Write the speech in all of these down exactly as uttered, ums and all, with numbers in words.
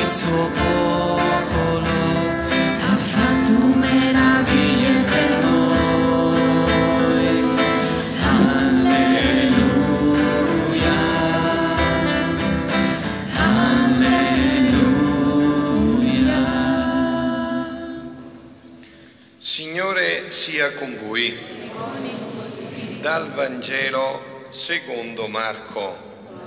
del suo popolo, ha fatto meraviglie per noi. Alleluia, alleluia. Signore sia con voi. Dal Vangelo secondo Marco.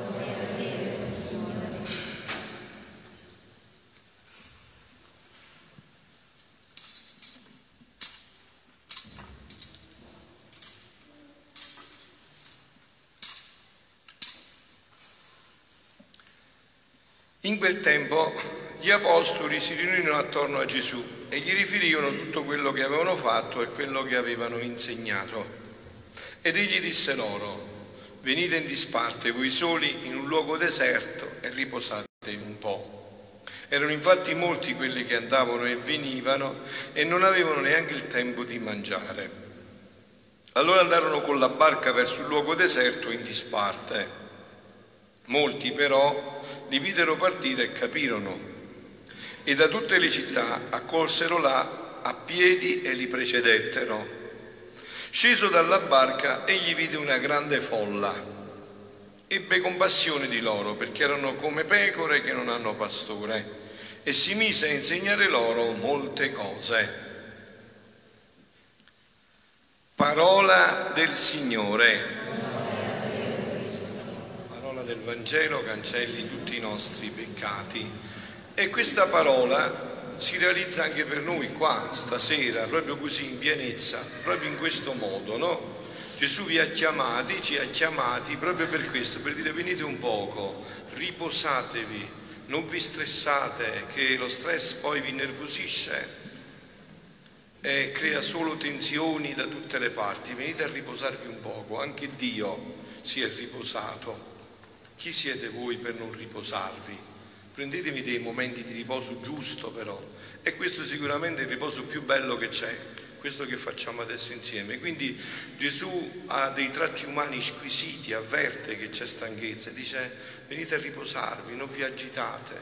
In quel tempo gli apostoli si riunirono attorno a Gesù e gli riferirono tutto quello che avevano fatto e quello che avevano insegnato. Ed egli disse loro: venite in disparte voi soli in un luogo deserto e riposatevi un po'. Erano infatti molti quelli che andavano e venivano e non avevano neanche il tempo di mangiare. Allora andarono con la barca verso il luogo deserto in disparte. Molti però li videro partire e capirono, e da tutte le città accolsero là a piedi e li precedettero. Sceso dalla barca, egli vide una grande folla. Ebbe compassione di loro, perché erano come pecore che non hanno pastore, e si mise a insegnare loro molte cose. Parola del Signore. Del Vangelo cancelli tutti i nostri peccati. E questa parola si realizza anche per noi qua stasera, proprio così in pienezza, proprio in questo modo, no? Gesù vi ha chiamati, ci ha chiamati proprio per questo, per dire: venite un poco, riposatevi, non vi stressate, che lo stress poi vi innervosisce e crea solo tensioni da tutte le parti. Venite a riposarvi un poco, anche Dio si è riposato. Chi siete voi per non riposarvi? Prendetevi dei momenti di riposo giusto però, e questo sicuramente è il riposo più bello che c'è, questo che facciamo adesso insieme. Quindi Gesù ha dei tratti umani squisiti, avverte che c'è stanchezza, dice: venite a riposarvi, non vi agitate,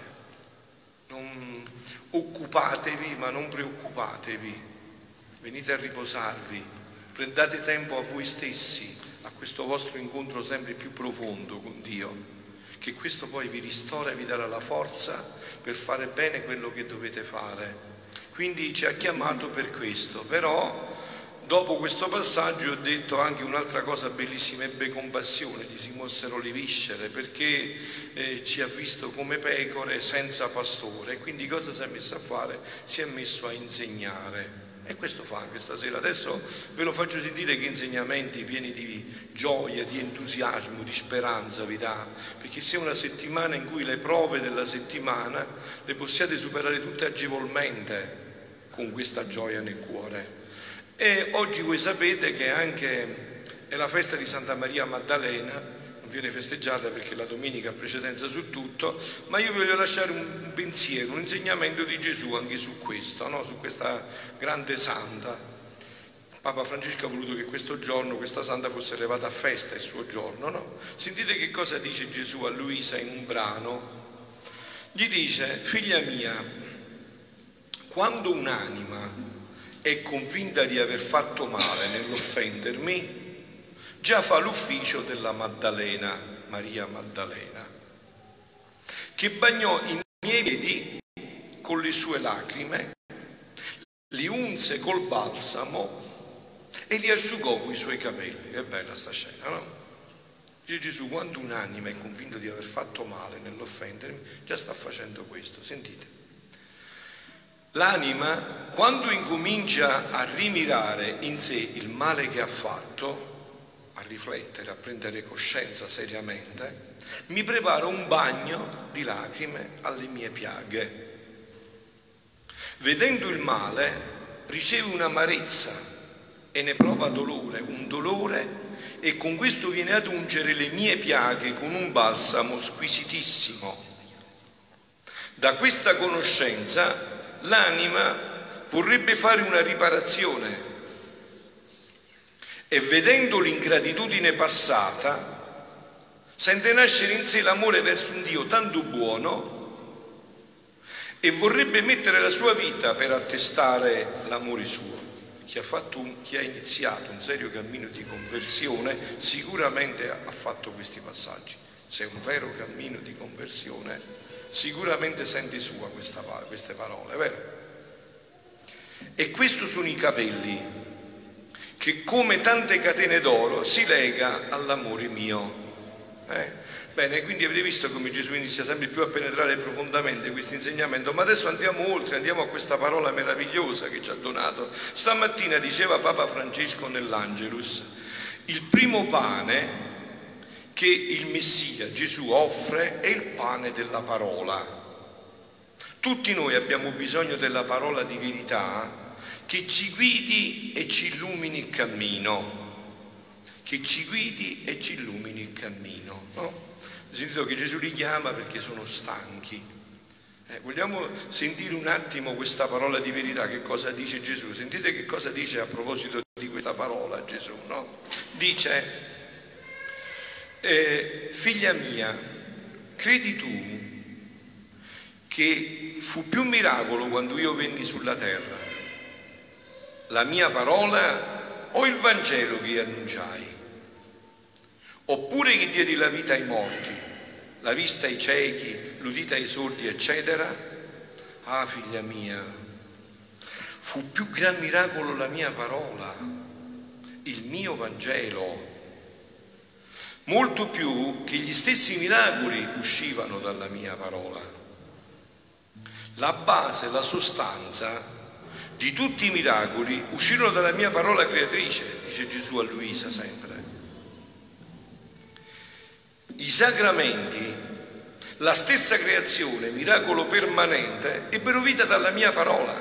non occupatevi ma non preoccupatevi, venite a riposarvi, prendate tempo a voi stessi, a questo vostro incontro sempre più profondo con Dio, che questo poi vi ristora e vi darà la forza per fare bene quello che dovete fare. Quindi ci ha chiamato per questo. Però dopo questo passaggio ho detto anche un'altra cosa bellissima: ebbe compassione, gli si mossero le viscere, perché eh, ci ha visto come pecore senza pastore, e quindi cosa si è messo a fare? Si è messo a insegnare. E questo fa anche stasera. Adesso ve lo faccio sentire che insegnamenti pieni di gioia, di entusiasmo, di speranza vi dà, perché sia una settimana in cui le prove della settimana le possiate superare tutte agevolmente con questa gioia nel cuore. E oggi voi sapete che anche è la festa di Santa Maria Maddalena, viene festeggiata perché la domenica ha precedenza su tutto, ma io voglio lasciare un pensiero, un insegnamento di Gesù anche su questo, no? Su questa grande santa. Papa Francesco ha voluto che questo giorno, questa santa, fosse elevata a festa, il suo giorno, no? Sentite che cosa dice Gesù a Luisa in un brano. Gli dice: figlia mia, quando un'anima è convinta di aver fatto male nell'offendermi, già fa l'ufficio della Maddalena, Maria Maddalena, che bagnò i miei piedi con le sue lacrime, li unse col balsamo e li asciugò coi suoi capelli. Che bella sta scena, no? Dice Gesù: quando un'anima è convinto di aver fatto male nell'offendermi, già sta facendo questo. Sentite, l'anima, quando incomincia a rimirare in sé il male che ha fatto, a riflettere, a prendere coscienza seriamente, mi prepara un bagno di lacrime alle mie piaghe. Vedendo il male, riceve un'amarezza e ne prova dolore, un dolore, e con questo viene ad ungere le mie piaghe con un balsamo squisitissimo. Da questa conoscenza l'anima vorrebbe fare una riparazione, e vedendo l'ingratitudine passata sente nascere in sé l'amore verso un Dio tanto buono e vorrebbe mettere la sua vita per attestare l'amore suo. Chi ha, fatto un, chi ha iniziato un serio cammino di conversione sicuramente ha fatto questi passaggi. Se è un vero cammino di conversione sicuramente senti sua questa, queste parole, vero? E questo sono i capelli che come tante catene d'oro si lega all'amore mio. Eh? Bene, quindi avete visto come Gesù inizia sempre più a penetrare profondamente questo insegnamento, ma adesso andiamo oltre, andiamo a questa parola meravigliosa che ci ha donato. Stamattina diceva Papa Francesco nell'Angelus, il primo pane che il Messia, Gesù, offre è il pane della parola. Tutti noi abbiamo bisogno della parola di verità che ci guidi e ci illumini il cammino, che ci guidi e ci illumini il cammino, no? Ho sentito che Gesù li chiama perché sono stanchi. Eh, vogliamo sentire un attimo questa parola di verità, che cosa dice Gesù? Sentite che cosa dice a proposito di questa parola Gesù, no? Dice, eh, figlia mia, credi tu che fu più miracolo quando io venni sulla terra, la mia parola o il Vangelo che annunciai? Oppure che diedi la vita ai morti, la vista ai ciechi, l'udita ai sordi, eccetera? Ah, figlia mia, fu più gran miracolo la mia parola, il mio Vangelo, molto più che gli stessi miracoli uscivano dalla mia parola. La base, la sostanza di tutti i miracoli uscirono dalla mia parola creatrice, dice Gesù a Luisa sempre. I sacramenti, la stessa creazione, miracolo permanente, ebbero vita dalla mia parola.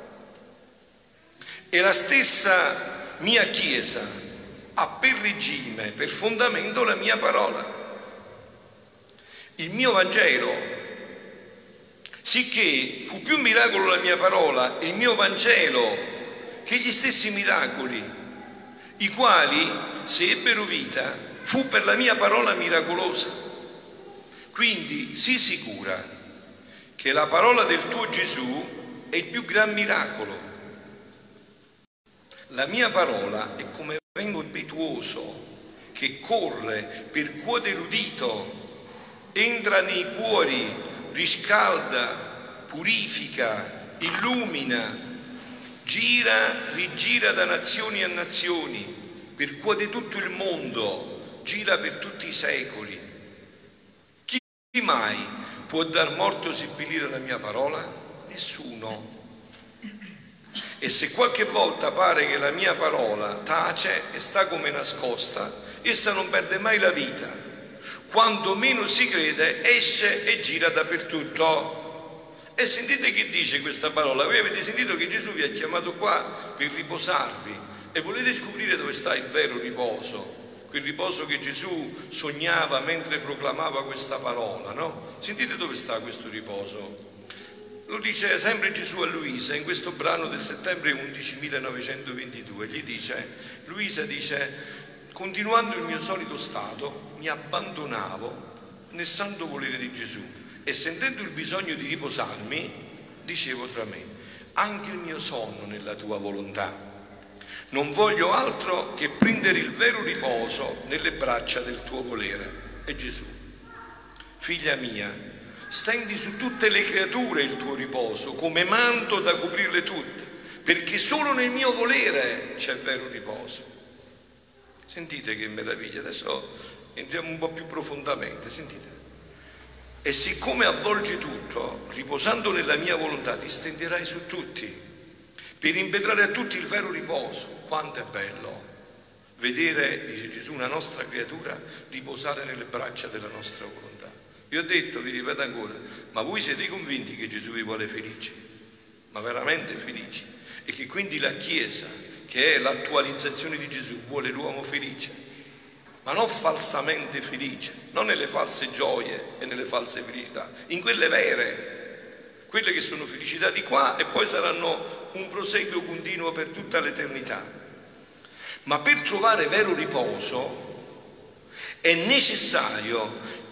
E la stessa mia Chiesa ha per regime, per fondamento la mia parola, il mio Vangelo, sicché fu più miracolo la mia parola e il mio Vangelo che gli stessi miracoli, i quali, se ebbero vita, fu per la mia parola miracolosa. Quindi sii sicura che la parola del tuo Gesù è il più gran miracolo. La mia parola è come vento impetuoso che corre, percuote l'udito, entra nei cuori, riscalda, purifica, illumina, gira, rigira da nazioni a nazioni, percuote tutto il mondo, gira per tutti i secoli. Chi mai può dar morte o seppellire la mia parola? Nessuno. E se qualche volta pare che la mia parola tace e sta come nascosta, essa non perde mai la vita. Quando meno si crede, esce e gira dappertutto. E sentite che dice questa parola. Voi avete sentito che Gesù vi ha chiamato qua per riposarvi e volete scoprire dove sta il vero riposo. Quel riposo che Gesù sognava mentre proclamava questa parola, no? Sentite dove sta questo riposo. Lo dice sempre Gesù a Luisa in questo brano del settembre undici millenovecentoventidue. Gli dice, Luisa dice, continuando il mio solito stato, mi abbandonavo nel santo volere di Gesù e sentendo il bisogno di riposarmi, dicevo tra me, anche il mio sonno nella tua volontà. Non voglio altro che prendere il vero riposo nelle braccia del tuo volere. E Gesù, figlia mia, stendi su tutte le creature il tuo riposo, come manto da coprirle tutte, perché solo nel mio volere c'è vero riposo. Sentite che meraviglia, adesso entriamo un po' più profondamente, sentite. E siccome avvolge tutto, riposando nella mia volontà, ti stenderai su tutti, per impetrare a tutti il vero riposo. Quanto è bello vedere, dice Gesù, una nostra creatura riposare nelle braccia della nostra volontà. Vi ho detto, vi ripeto ancora, ma voi siete convinti che Gesù vi vuole felici? Ma veramente felici? E che quindi la Chiesa, che è l'attualizzazione di Gesù, vuole l'uomo felice? Ma non falsamente felice, non nelle false gioie e nelle false felicità, in quelle vere, quelle che sono felicità di qua e poi saranno un proseguo continuo per tutta l'eternità. Ma per trovare vero riposo è necessario che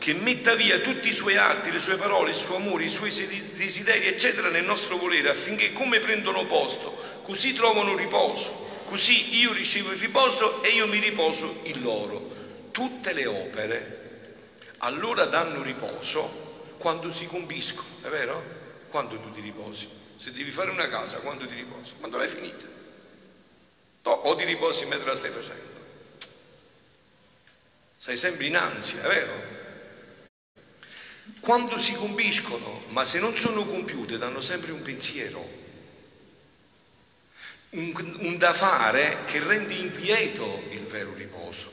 che metta via tutti i suoi atti, le sue parole, il suo amore, i suoi desideri, eccetera, nel nostro volere, affinché come prendono posto, così trovano riposo, così io ricevo il riposo e io mi riposo in loro. Tutte le opere allora danno riposo quando si compiscono, è vero? Quando tu ti riposi? Se devi fare una casa, quando ti riposi? Quando l'hai finita. No, o ti riposi mentre la stai facendo. Sei sempre in ansia, è vero? Quando si compiscono, ma se non sono compiute, danno sempre un pensiero, un, un da fare che rende inquieto il vero riposo.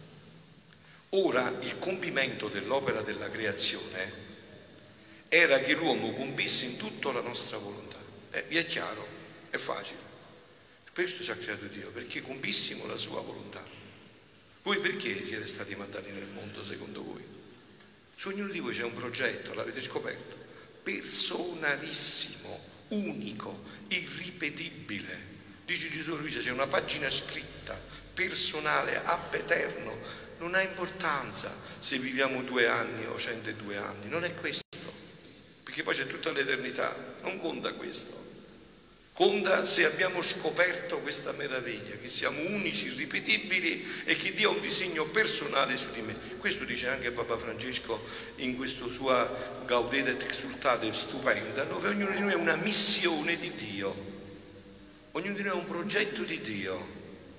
Ora, il compimento dell'opera della creazione era che l'uomo compisse in tutto la nostra volontà. Eh, vi è chiaro? È facile. Per questo ci ha creato Dio, perché compissimo la sua volontà. Voi perché siete stati mandati nel mondo secondo voi? Su ognuno di voi c'è un progetto, l'avete scoperto, personalissimo, unico, irripetibile. Dice Gesù Luisa, c'è una pagina scritta, personale, ab eterno. Non ha importanza se viviamo due anni o centodue anni, non è questo, perché poi c'è tutta l'eternità, non conta questo. Conta se abbiamo scoperto questa meraviglia, che siamo unici, irripetibili e che Dio ha un disegno personale su di me. Questo dice anche Papa Francesco in questa sua Gaudete et Exsultate stupenda, dove ognuno di noi è una missione di Dio, ognuno di noi è un progetto di Dio.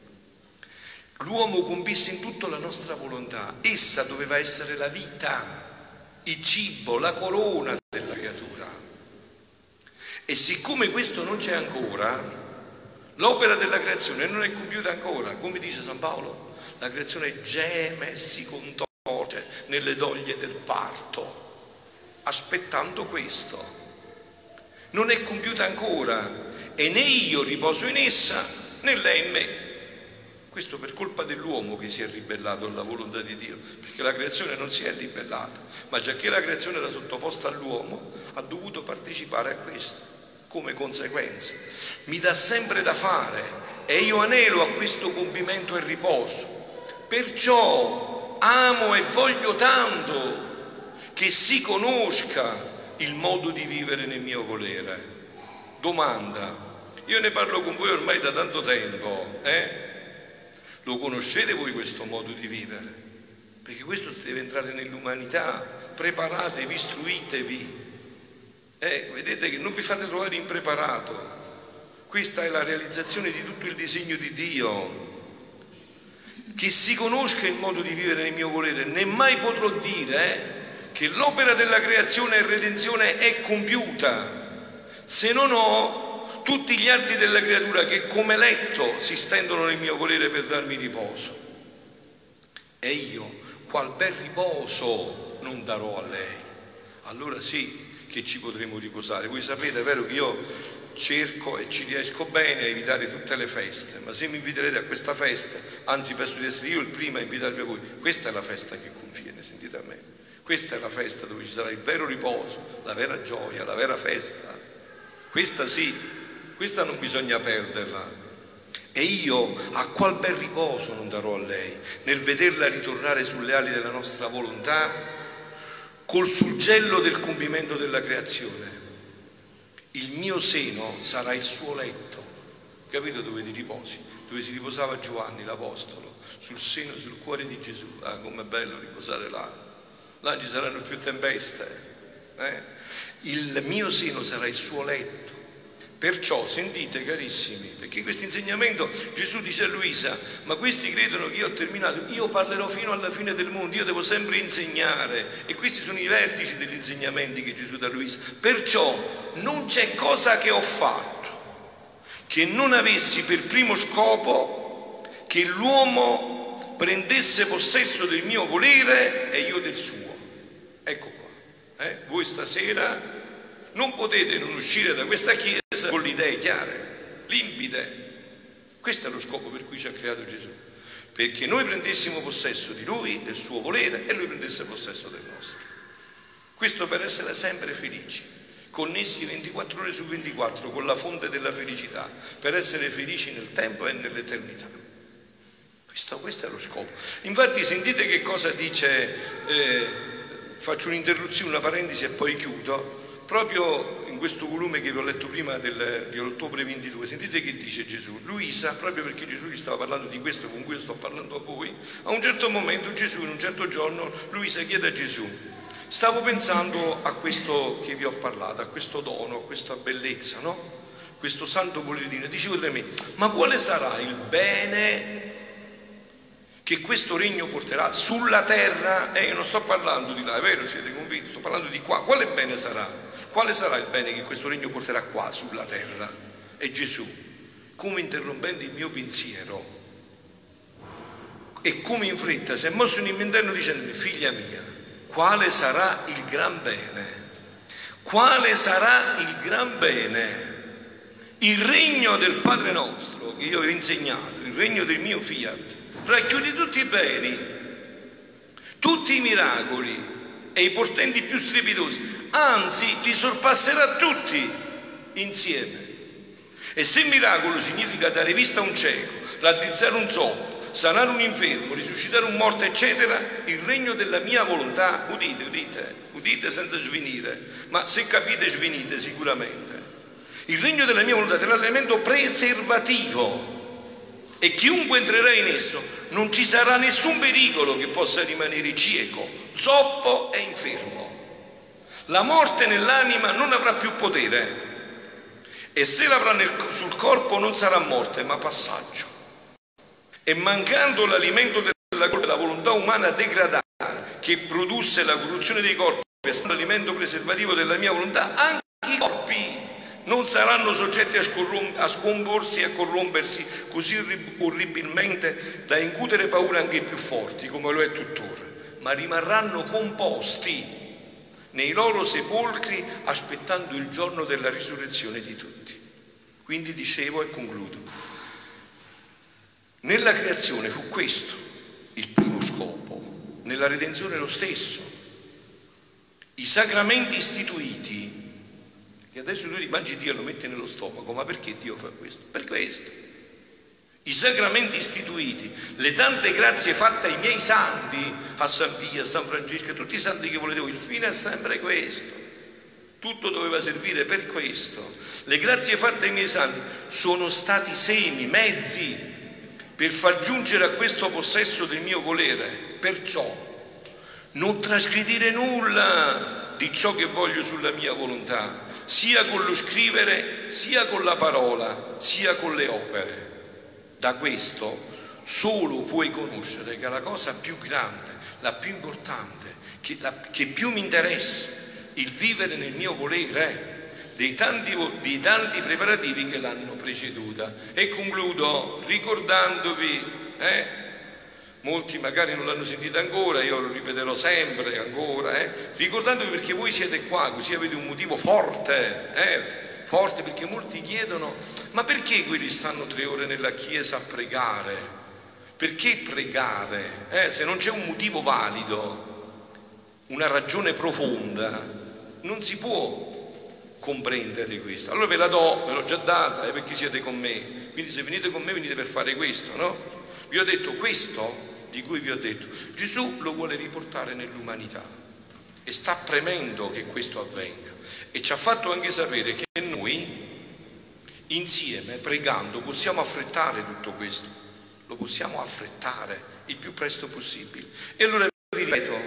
L'uomo compisse in tutto la nostra volontà, essa doveva essere la vita, il cibo, la corona della creatura. E siccome questo non c'è ancora, l'opera della creazione non è compiuta ancora, come dice San Paolo, la creazione geme e si contorce nelle doglie del parto, aspettando questo. Non è compiuta ancora e né io riposo in essa né lei in me. Questo per colpa dell'uomo che si è ribellato alla volontà di Dio, perché la creazione non si è ribellata, ma giacché la creazione era sottoposta all'uomo, ha dovuto partecipare a questo. Come conseguenza mi dà sempre da fare e io anelo a questo compimento e riposo, perciò amo e voglio tanto che si conosca il modo di vivere nel mio volere. Domanda, io ne parlo con voi ormai da tanto tempo, eh? Lo conoscete voi questo modo di vivere? Perché questo deve entrare nell'umanità. Preparatevi, istruitevi. Eh, vedete che non vi fate trovare impreparato. Questa è la realizzazione di tutto il disegno di Dio. Che si conosca il modo di vivere nel mio volere. Ne mai potrò dire eh, che l'opera della creazione e redenzione è compiuta se non ho tutti gli atti della creatura che come letto si stendono nel mio volere per darmi riposo. E io qual bel riposo non darò a lei. Allora sì che ci potremo riposare. Voi sapete, è vero che io cerco e ci riesco bene a evitare tutte le feste, ma se mi inviterete a questa festa, anzi penso di essere io il primo a invitarvi a voi, questa è la festa che conviene, sentite a me, questa è la festa dove ci sarà il vero riposo, la vera gioia, la vera festa, questa sì, questa non bisogna perderla. E io a qual bel riposo non darò a lei nel vederla ritornare sulle ali della nostra volontà col suggello del compimento della creazione. Il mio seno sarà il suo letto. Capito dove ti riposi? Dove si riposava Giovanni l'Apostolo, sul seno, sul cuore di Gesù. Ah, com'è bello riposare là. Là non ci saranno più tempeste. Eh? Il mio seno sarà il suo letto. Perciò sentite carissimi, perché questo insegnamento Gesù dice a Luisa, ma questi credono che io ho terminato, io parlerò fino alla fine del mondo, io devo sempre insegnare, e questi sono i vertici degli insegnamenti che Gesù dà a Luisa. Perciò non c'è cosa che ho fatto che non avessi per primo scopo che l'uomo prendesse possesso del mio volere e io del suo. Ecco qua, eh? Voi stasera non potete non uscire da questa chiesa con le idee chiare, limpide. Questo è lo scopo per cui ci ha creato Gesù, perché noi prendessimo possesso di Lui, del suo volere, e Lui prendesse possesso del nostro. Questo per essere sempre felici, connessi ventiquattro ore su ventiquattro con la fonte della felicità, per essere felici nel tempo e nell'eternità. Questo, questo è lo scopo. Infatti sentite che cosa dice eh, faccio un'interruzione, una parentesi e poi chiudo. Proprio in questo volume che vi ho letto prima del, dell'ottobre ventidue, sentite che dice Gesù. Luisa, proprio perché Gesù gli stava parlando di questo con cui io sto parlando a voi, a un certo momento Gesù, in un certo giorno, Luisa chiede a Gesù: stavo pensando a questo che vi ho parlato, a questo dono, a questa bellezza, no? Questo santo bollettino. Dicevo tra me, ma quale sarà il bene che questo regno porterà sulla terra? E eh, io non sto parlando di là, è vero, siete convinti? Sto parlando di qua. Quale bene sarà? Quale sarà il bene che questo regno porterà qua sulla terra? E Gesù, come interrompendo il mio pensiero e come in fretta, si è mosso in interno dicendo: figlia mia, quale sarà il gran bene? Quale sarà il gran bene? Il regno del Padre nostro che io ho insegnato, il regno del mio fiat, racchiude tutti i beni, tutti i miracoli e i portenti più strepitosi, anzi li sorpasserà tutti insieme. E se miracolo significa dare vista a un cieco, raddrizzare un zoppo, sanare un infermo, risuscitare un morto, eccetera, il regno della mia volontà, udite, udite, udite senza svenire, ma se capite svenite sicuramente. Il regno della mia volontà sarà l'elemento preservativo, e chiunque entrerà in esso non ci sarà nessun pericolo che possa rimanere cieco, zoppo e infermo. La morte nell'anima non avrà più potere, e se l'avrà nel, sul corpo non sarà morte ma passaggio. E mancando l'alimento della, della volontà umana degradata che produsse la corruzione dei corpi, essendo l'alimento preservativo della mia volontà, anche i corpi non saranno soggetti a, scorrom- a scomporsi e a corrompersi così orribilmente da incutere paura anche ai più forti, come lo è tuttora, ma rimarranno composti nei loro sepolcri aspettando il giorno della risurrezione di tutti. Quindi dicevo e concludo, nella creazione fu questo il primo scopo, nella redenzione lo stesso. I sacramenti istituiti, che adesso tu ti mangi Dio e lo metti nello stomaco, ma perché Dio fa questo? Per questo. I sacramenti istituiti, le tante grazie fatte ai miei santi, a San Pio, a San Francesco, a tutti i santi che volete voi, il fine è sempre questo. Tutto doveva servire per questo. Le grazie fatte ai miei santi sono stati semi, mezzi, per far giungere a questo possesso del mio volere. Perciò non trasgredire nulla di ciò che voglio sulla mia volontà, sia con lo scrivere, sia con la parola, sia con le opere. Da questo solo puoi conoscere che la cosa più grande, la più importante, che, la, che più mi interessa, il vivere nel mio volere, dei tanti, dei tanti preparativi che l'hanno preceduta. E concludo ricordandovi, eh, molti magari non l'hanno sentita ancora, io lo ripeterò sempre ancora, eh, ricordandovi perché voi siete qua, così avete un motivo forte, eh, forte, perché molti chiedono: ma perché quelli stanno tre ore nella chiesa a pregare? Perché pregare? Eh, se non c'è un motivo valido, una ragione profonda, non si può comprendere questo. Allora ve la do, ve l'ho già data, eh, perché siete con me. Quindi se venite con me venite per fare questo, no? Vi ho detto questo, di cui vi ho detto, Gesù lo vuole riportare nell'umanità e sta premendo che questo avvenga, e ci ha fatto anche sapere che noi insieme, pregando, possiamo affrettare tutto questo, lo possiamo affrettare il più presto possibile. E allora vi ripeto,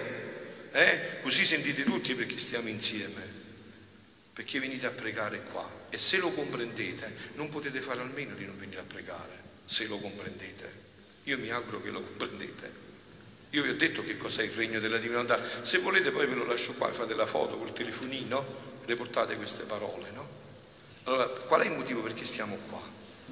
eh, così sentite tutti perché stiamo insieme, perché venite a pregare qua, e se lo comprendete non potete fare almeno di non venire a pregare, se lo comprendete. Io mi auguro che lo comprendete. Io vi ho detto che cos'è il regno della divinità. Se volete poi ve lo lascio qua, fate la foto col telefonino, le portate queste parole, no? Allora, qual è il motivo perché stiamo qua?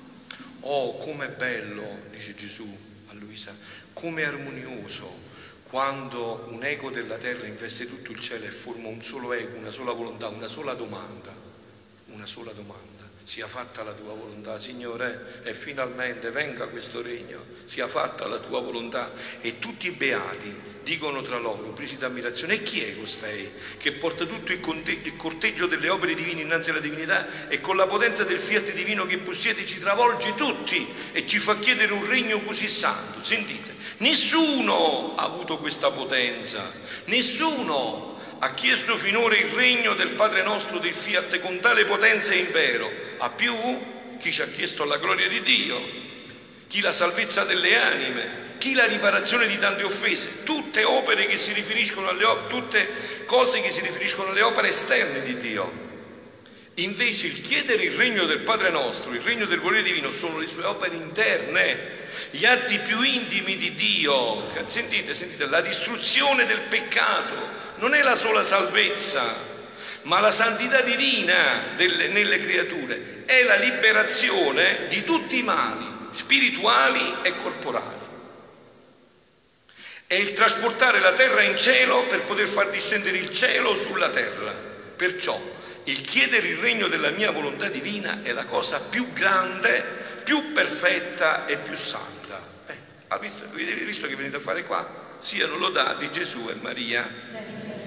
Oh, com'è bello, dice Gesù a Luisa, com'è armonioso quando un eco della terra investe tutto il cielo e forma un solo eco, una sola volontà, una sola domanda, una sola domanda. sia fatta la tua volontà, Signore, e finalmente venga questo regno, sia fatta la tua volontà. E tutti i beati dicono tra loro, presi d'ammirazione: e chi è costei che porta tutto il, conte- il corteggio delle opere divine innanzi alla divinità, e con la potenza del fiat divino che possiede ci travolge tutti e ci fa chiedere un regno così santo? Sentite, nessuno ha avuto questa potenza, nessuno ha chiesto finora il regno del Padre nostro, del fiat, con tale potenza e impero. A più chi ci ha chiesto la gloria di Dio, chi la salvezza delle anime, chi la riparazione di tante offese, tutte opere che si riferiscono alle opere, tutte cose che si riferiscono alle opere esterne di Dio. Invece il chiedere il regno del Padre nostro, il regno del volere divino, sono le sue opere interne, gli atti più intimi di Dio. Sentite, sentite, la distruzione del peccato non è la sola salvezza, ma la santità divina delle, nelle creature, è la liberazione di tutti i mali spirituali e corporali. È il trasportare la terra in cielo per poter far discendere il cielo sulla terra. Perciò il chiedere il regno della mia volontà divina è la cosa più grande, più perfetta e più santa. Eh, ha visto, avete visto che venite a fare qua? Siano lodati Gesù e Maria.